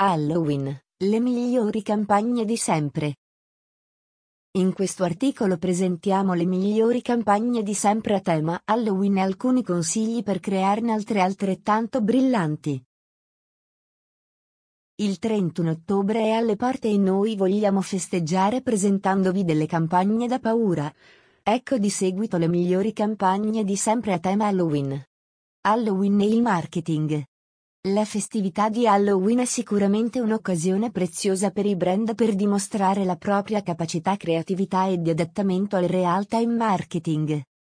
Halloween, le migliori campagne di sempre. In questo articolo presentiamo le migliori campagne di sempre a tema Halloween e alcuni consigli per crearne altre altrettanto brillanti. Il 31 ottobre è alle porte e noi vogliamo festeggiare presentandovi delle campagne da paura. Ecco di seguito le migliori campagne di sempre a tema Halloween. Halloween e il marketing. La festività di Halloween è sicuramente un'occasione preziosa per i brand per dimostrare la propria capacità creatività e di adattamento al real-time marketing.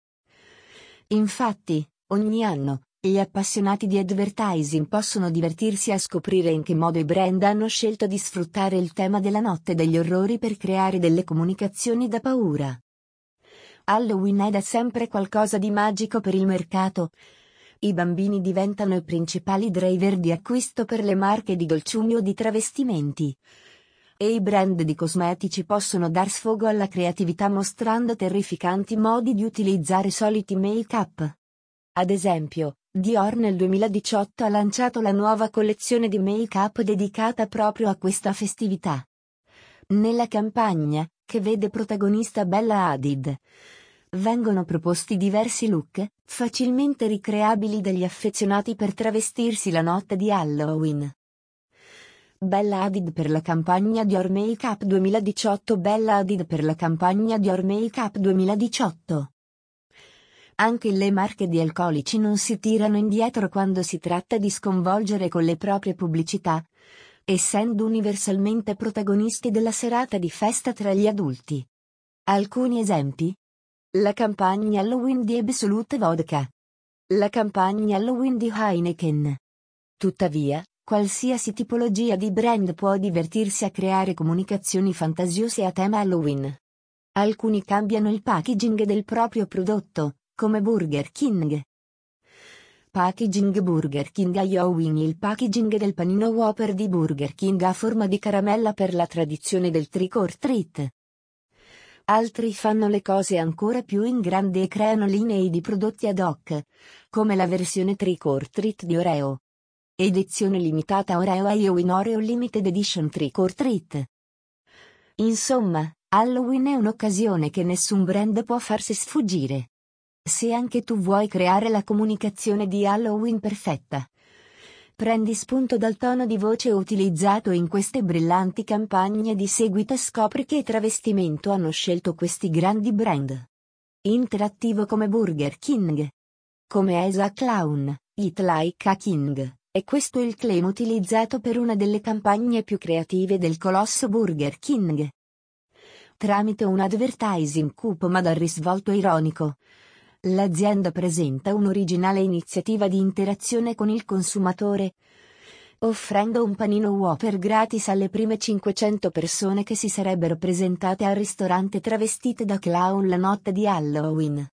Infatti, ogni anno, gli appassionati di advertising possono divertirsi a scoprire in che modo i brand hanno scelto di sfruttare il tema della notte degli orrori per creare delle comunicazioni da paura. Halloween è da sempre qualcosa di magico per il mercato. I bambini diventano i principali driver di acquisto per le marche di dolciumi o di travestimenti. E i brand di cosmetici possono dar sfogo alla creatività mostrando terrificanti modi di utilizzare soliti make-up. Ad esempio, Dior nel 2018 ha lanciato la nuova collezione di make-up dedicata proprio a questa festività. Nella campagna, che vede protagonista Bella Hadid, vengono proposti diversi look, facilmente ricreabili dagli affezionati per travestirsi la notte di Halloween. Bella Hadid per la campagna Dior Makeup 2018. Bella Hadid per la campagna Dior Makeup 2018. Anche le marche di alcolici non si tirano indietro quando si tratta di sconvolgere con le proprie pubblicità, essendo universalmente protagonisti della serata di festa tra gli adulti. Alcuni esempi? La campagna Halloween di Absolute Vodka. La campagna Halloween di Heineken. Tuttavia, qualsiasi tipologia di brand può divertirsi a creare comunicazioni fantasiose a tema Halloween. Alcuni cambiano il packaging del proprio prodotto, come Burger King. Packaging Burger King Halloween. Il packaging del panino Whopper di Burger King ha forma di caramella per la tradizione del trick or treat. Altri fanno le cose ancora più in grande e creano linee di prodotti ad hoc, come la versione Trick or Treat di Oreo. Edizione limitata Oreo Halloween Oreo Limited Edition Trick or Treat. Insomma, Halloween è un'occasione che nessun brand può farsi sfuggire. Se anche tu vuoi creare la comunicazione di Halloween perfetta, prendi spunto dal tono di voce utilizzato in queste brillanti campagne e di seguito scopri che travestimento hanno scelto questi grandi brand. Interattivo come Burger King. Come as a clown, eat like a king, e questo è il claim utilizzato per una delle campagne più creative del colosso Burger King. Tramite un advertising cupo ma dal risvolto ironico, l'azienda presenta un'originale iniziativa di interazione con il consumatore, offrendo un panino Whopper gratis alle prime 500 persone che si sarebbero presentate al ristorante travestite da clown la notte di Halloween.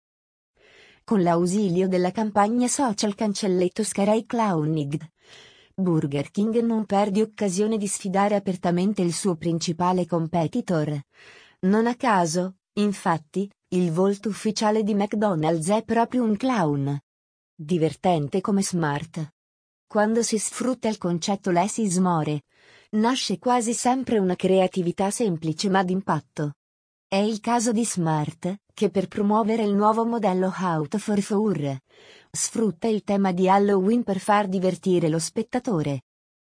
Con l'ausilio della campagna social Cancelletto Scary Clowned, Burger King non perde occasione di sfidare apertamente il suo principale competitor. Non a caso, infatti, il volto ufficiale di McDonald's è proprio un clown. Divertente come smart. Quando si sfrutta il concetto less is more, nasce quasi sempre una creatività semplice ma d'impatto. È il caso di Smart, che per promuovere il nuovo modello Out for Four, sfrutta il tema di Halloween per far divertire lo spettatore.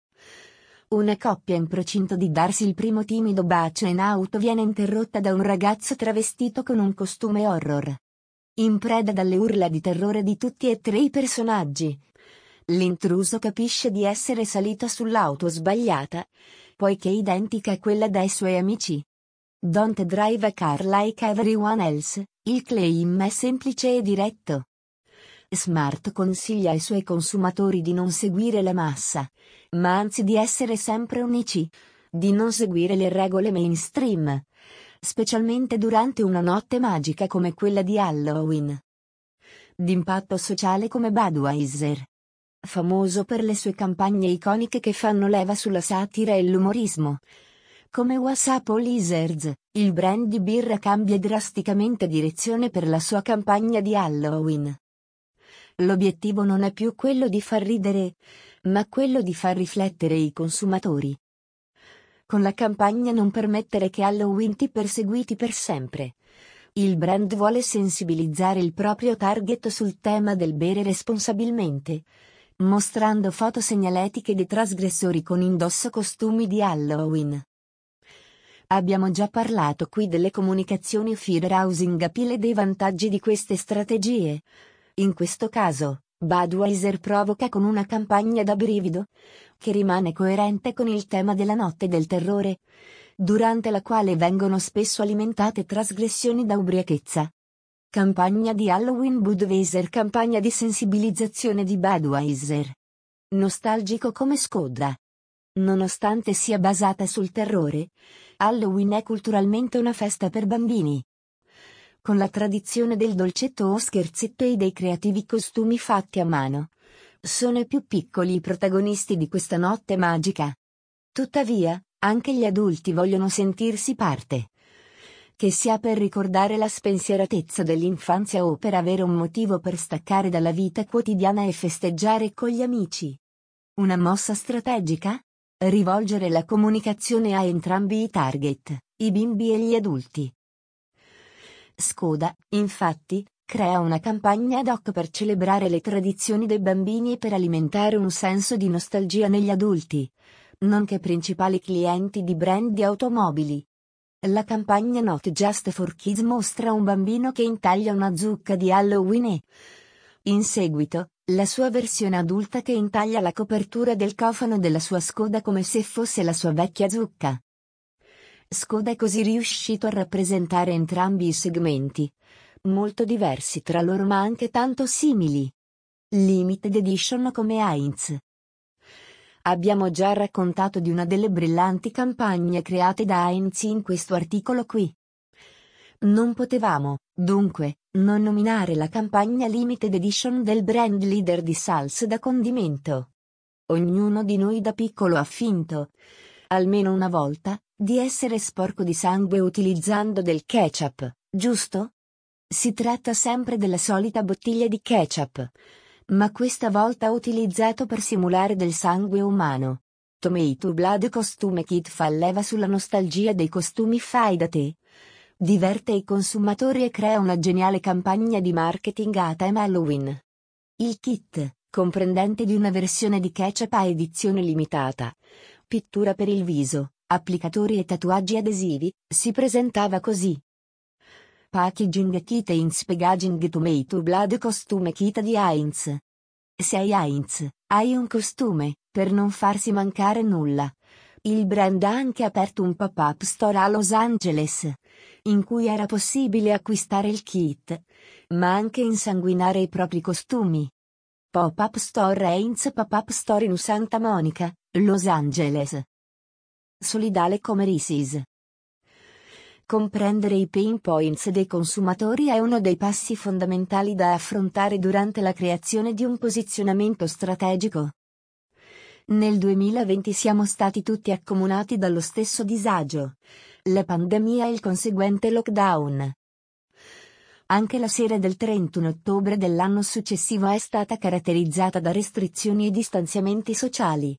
Una coppia in procinto di darsi il primo timido bacio in auto viene interrotta da un ragazzo travestito con un costume horror. In preda dalle urla di terrore di tutti e tre i personaggi, l'intruso capisce di essere salito sull'auto sbagliata, poiché identica a quella dei suoi amici. Don't drive a car like everyone else, il claim è semplice e diretto. Smart consiglia ai suoi consumatori di non seguire la massa, ma anzi di essere sempre unici, di non seguire le regole mainstream, specialmente durante una notte magica come quella di Halloween. D'impatto sociale come Budweiser, famoso per le sue campagne iconiche che fanno leva sulla satira e l'umorismo. Come WhatsApp o Lizards, il brand di birra cambia drasticamente direzione per la sua campagna di Halloween. L'obiettivo non è più quello di far ridere, ma quello di far riflettere i consumatori. Con la campagna Non permettere che Halloween ti perseguiti per sempre, il brand vuole sensibilizzare il proprio target sul tema del bere responsabilmente, mostrando foto segnaletiche di trasgressori con indosso costumi di Halloween. Abbiamo già parlato qui delle comunicazioni fear-housing appeal e dei vantaggi di queste strategie. In questo caso, Budweiser provoca con una campagna da brivido, che rimane coerente con il tema della notte del terrore, durante la quale vengono spesso alimentate trasgressioni da ubriachezza. Campagna di Halloween Budweiser. Campagna di sensibilizzazione di Budweiser. Nostalgico come Skoda. Nonostante sia basata sul terrore, Halloween è culturalmente una festa per bambini. Con la tradizione del dolcetto o scherzetto e dei creativi costumi fatti a mano, sono i più piccoli i protagonisti di questa notte magica. Tuttavia, anche gli adulti vogliono sentirsi parte. Che sia per ricordare la spensieratezza dell'infanzia o per avere un motivo per staccare dalla vita quotidiana e festeggiare con gli amici. Una mossa strategica? Rivolgere la comunicazione a entrambi i target, i bimbi e gli adulti. Skoda, infatti, crea una campagna ad hoc per celebrare le tradizioni dei bambini e per alimentare un senso di nostalgia negli adulti, nonché principali clienti di brand di automobili. La campagna Not Just for Kids mostra un bambino che intaglia una zucca di Halloween e, in seguito, la sua versione adulta che intaglia la copertura del cofano della sua Skoda come se fosse la sua vecchia zucca. Skoda è così riuscito a rappresentare entrambi i segmenti, molto diversi tra loro ma anche tanto simili. Limited Edition come Heinz. Abbiamo già raccontato di una delle brillanti campagne create da Heinz in questo articolo qui. Non potevamo, dunque, non nominare la campagna Limited Edition del brand leader di salse da condimento. Ognuno di noi da piccolo ha finto, almeno una volta, di essere sporco di sangue utilizzando del ketchup, giusto? Si tratta sempre della solita bottiglia di ketchup, ma questa volta utilizzato per simulare del sangue umano. Tomato Blood Costume Kit fa leva sulla nostalgia dei costumi fai da te. Diverte i consumatori e crea una geniale campagna di marketing a tema Halloween. Il kit, comprendente di una versione di ketchup a edizione limitata, pittura per il viso, applicatori e tatuaggi adesivi, si presentava così. Packaging Kit Heinz Packaging Tomato Blood Costume Kit di Heinz. Sei Heinz, hai un costume, per non farsi mancare nulla. Il brand ha anche aperto un pop-up store a Los Angeles, in cui era possibile acquistare il kit, ma anche insanguinare i propri costumi. Pop-up store Heinz Pop-up store in Santa Monica, Los Angeles. Solidale come Reese's. Comprendere i pain points dei consumatori è uno dei passi fondamentali da affrontare durante la creazione di un posizionamento strategico. Nel 2020 siamo stati tutti accomunati dallo stesso disagio, la pandemia e il conseguente lockdown. Anche la sera del 31 ottobre dell'anno successivo è stata caratterizzata da restrizioni e distanziamenti sociali.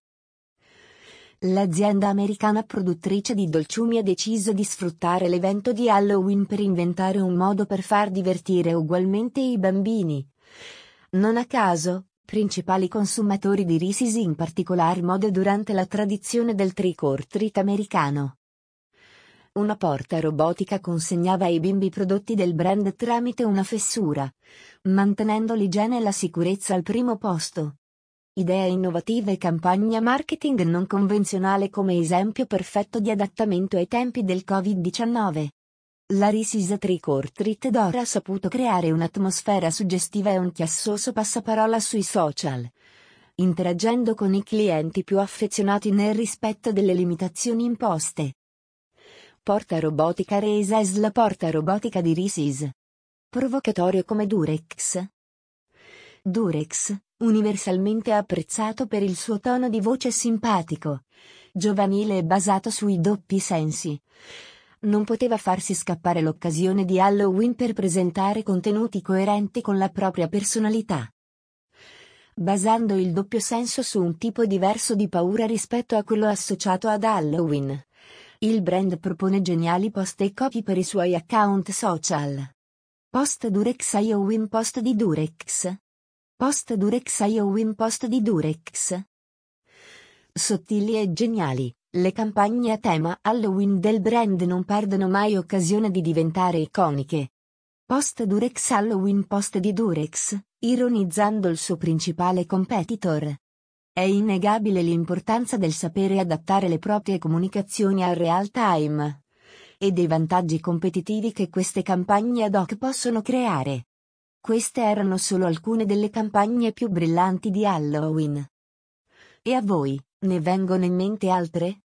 L'azienda americana produttrice di dolciumi ha deciso di sfruttare l'evento di Halloween per inventare un modo per far divertire ugualmente i bambini. Non a caso, principali consumatori di Reese's in particolar modo durante la tradizione del trick or treat americano. Una porta robotica consegnava ai bimbi prodotti del brand tramite una fessura, mantenendo l'igiene e la sicurezza al primo posto. Idea innovativa e campagna marketing non convenzionale come esempio perfetto di adattamento ai tempi del Covid-19. La Reese's Trick or Treat d'ora ha saputo creare un'atmosfera suggestiva e un chiassoso passaparola sui social, interagendo con i clienti più affezionati nel rispetto delle limitazioni imposte. Porta robotica Reese's. La porta robotica di Reese's. Provocatorio come Durex. Durex, universalmente apprezzato per il suo tono di voce simpatico, giovanile e basato sui doppi sensi, non poteva farsi scappare l'occasione di Halloween per presentare contenuti coerenti con la propria personalità. basando il doppio senso su un tipo diverso di paura rispetto a quello associato ad Halloween. Il brand propone geniali post e copy per i suoi account social. Post Durex Halloween, post di Durex. Post Durex Halloween, post di Durex. Sottili e geniali, le campagne a tema Halloween del brand non perdono mai occasione di diventare iconiche. Post Durex Halloween, post di Durex, ironizzando il suo principale competitor. È innegabile l'importanza del sapere adattare le proprie comunicazioni al real time e dei vantaggi competitivi che queste campagne ad hoc possono creare. Queste erano solo alcune delle campagne più brillanti di Halloween. E a voi, ne vengono in mente altre?